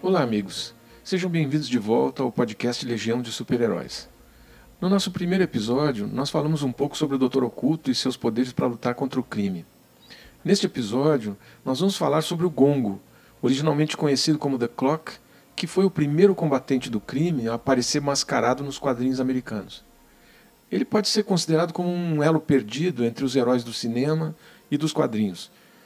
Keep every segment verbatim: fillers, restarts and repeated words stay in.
Olá, amigos. Sejam bem-vindos de volta ao podcast Legião de Super-Heróis. No nosso primeiro episódio, nós falamos um pouco sobre o doutor Oculto e seus poderes para lutar contra o crime. Neste episódio, nós vamos falar sobre o Gongo, originalmente conhecido como The Clock, que foi o primeiro combatente do crime a aparecer mascarado nos quadrinhos americanos. Ele pode ser considerado como um elo perdido entre os heróis do cinema e dos quadrinhos.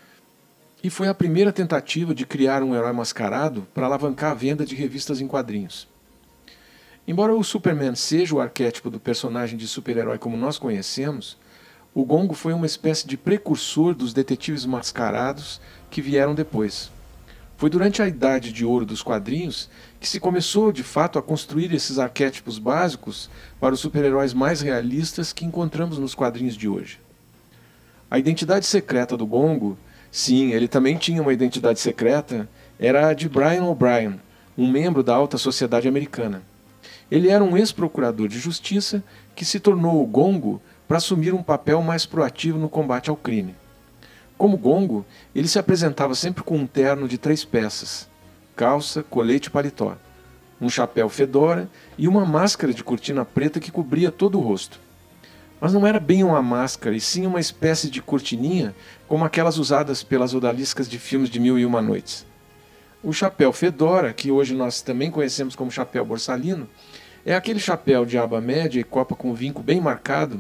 E foi a primeira tentativa de criar um herói mascarado para alavancar a venda de revistas em quadrinhos. Embora o Superman seja o arquétipo do personagem de super-herói como nós conhecemos, o Gongo foi uma espécie de precursor dos detetives mascarados que vieram depois. Foi durante a Idade de Ouro dos quadrinhos que se começou de fato a construir esses arquétipos básicos para os super-heróis mais realistas que encontramos nos quadrinhos de hoje. A identidade secreta do Gongo, sim, ele também tinha uma identidade secreta, era a de Brian O'Brien, um membro da alta sociedade americana. Ele era um ex-procurador de justiça que se tornou o Gongo para assumir um papel mais proativo no combate ao crime. Como Gongo, ele se apresentava sempre com um terno de três peças: calça, colete e paletó, um chapéu fedora e uma máscara de cortina preta que cobria todo o rosto. Mas não era bem uma máscara, e sim uma espécie de cortininha, como aquelas usadas pelas odaliscas de filmes de Mil e Uma Noites. O chapéu fedora, que hoje nós também conhecemos como chapéu borsalino, é aquele chapéu de aba média e copa com vinco bem marcado,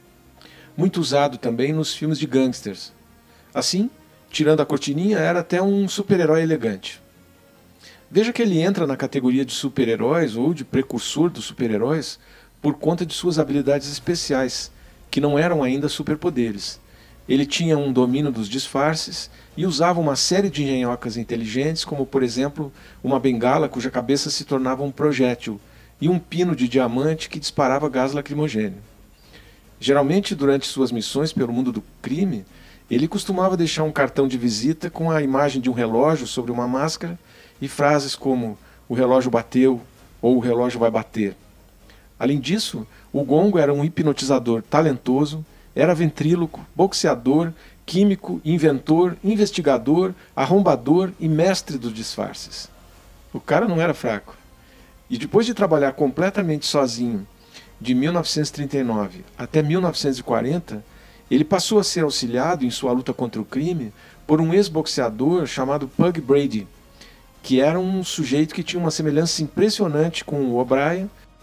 muito usado também nos filmes de gangsters. Assim, tirando a cortininha, era até um super-herói elegante. Veja que ele entra na categoria de super-heróis ou de precursor dos super-heróis por conta de suas habilidades especiais, que não eram ainda superpoderes. Ele tinha um domínio dos disfarces e usava uma série de engenhocas inteligentes, como por exemplo uma bengala cuja cabeça se tornava um projétil e um pino de diamante que disparava gás lacrimogêneo. Geralmente, durante suas missões pelo mundo do crime, ele costumava deixar um cartão de visita com a imagem de um relógio sobre uma máscara e frases como "o relógio bateu" ou "o relógio vai bater". Além disso, o Gongo era um hipnotizador talentoso, era ventríloco, boxeador, químico, inventor, investigador, arrombador e mestre dos disfarces. O cara não era fraco. E depois de trabalhar completamente sozinho, de mil novecentos e trinta e nove até mil novecentos e quarenta, ele passou a ser auxiliado em sua luta contra o crime por um ex-boxeador chamado Pug Brady, que era um sujeito que tinha uma semelhança impressionante com o O'Brien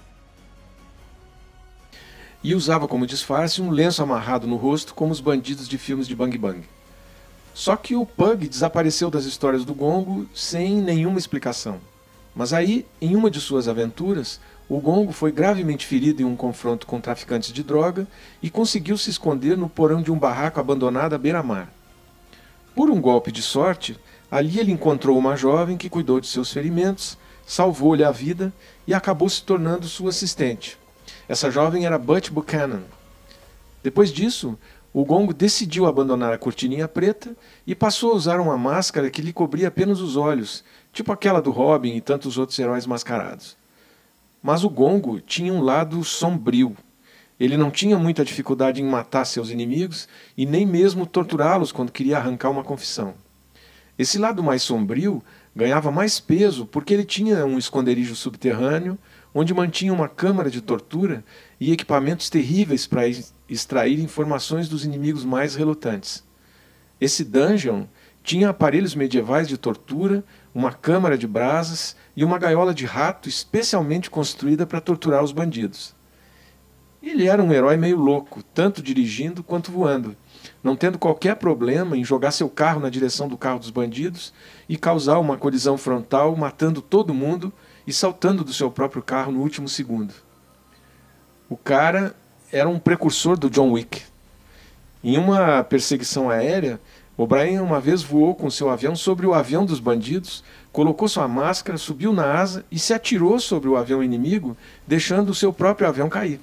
e usava como disfarce um lenço amarrado no rosto como os bandidos de filmes de Bang Bang. Só que o Pug desapareceu das histórias do Gongo sem nenhuma explicação. Mas aí, em uma de suas aventuras, o Gongo foi gravemente ferido em um confronto com traficantes de droga e conseguiu se esconder no porão de um barraco abandonado à beira-mar. Por um golpe de sorte, ali ele encontrou uma jovem que cuidou de seus ferimentos, salvou-lhe a vida e acabou se tornando sua assistente. Essa jovem era Butch Buchanan. Depois disso, o Gongo decidiu abandonar a cortininha preta e passou a usar uma máscara que lhe cobria apenas os olhos, tipo aquela do Robin e tantos outros heróis mascarados. Mas o Gongo tinha um lado sombrio. Ele não tinha muita dificuldade em matar seus inimigos e nem mesmo torturá-los quando queria arrancar uma confissão. Esse lado mais sombrio ganhava mais peso porque ele tinha um esconderijo subterrâneo onde mantinha uma câmara de tortura e equipamentos terríveis para extrair informações dos inimigos mais relutantes. Esse dungeon tinha aparelhos medievais de tortura, uma câmara de brasas e uma gaiola de rato especialmente construída para torturar os bandidos. Ele era um herói meio louco, tanto dirigindo quanto voando, não tendo qualquer problema em jogar seu carro na direção do carro dos bandidos e causar uma colisão frontal, matando todo mundo e saltando do seu próprio carro no último segundo. O cara era um precursor do John Wick. Em uma perseguição aérea, O'Brien uma vez voou com seu avião sobre o avião dos bandidos, colocou sua máscara, subiu na asa e se atirou sobre o avião inimigo, deixando o seu próprio avião cair.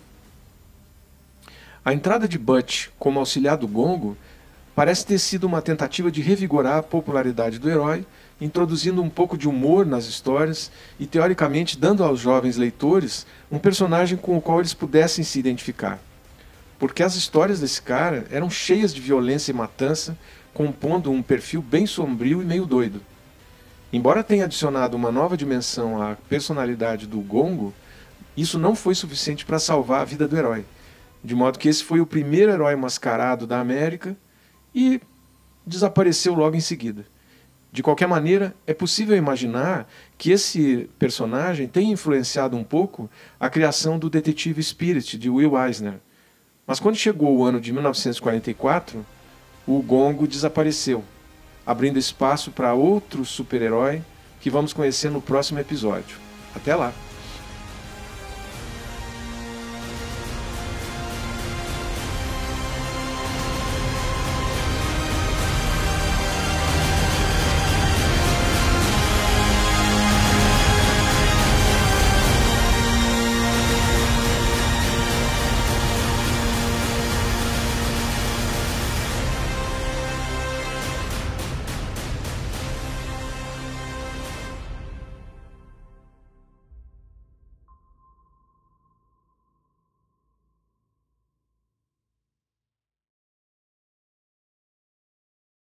A entrada de Butch como auxiliar do Gongo parece ter sido uma tentativa de revigorar a popularidade do herói, introduzindo um pouco de humor nas histórias e, teoricamente, dando aos jovens leitores um personagem com o qual eles pudessem se identificar. Porque as histórias desse cara eram cheias de violência e matança, compondo um perfil bem sombrio e meio doido. Embora tenha adicionado uma nova dimensão à personalidade do Gongo, isso não foi suficiente para salvar a vida do herói. De modo que esse foi o primeiro herói mascarado da América e desapareceu logo em seguida. De qualquer maneira, é possível imaginar que esse personagem tenha influenciado um pouco a criação do Detetive Spirit, de Will Eisner. Mas quando chegou o ano de mil novecentos e quarenta e quatro, o Gongo desapareceu, abrindo espaço para outro super-herói que vamos conhecer no próximo episódio. Até lá!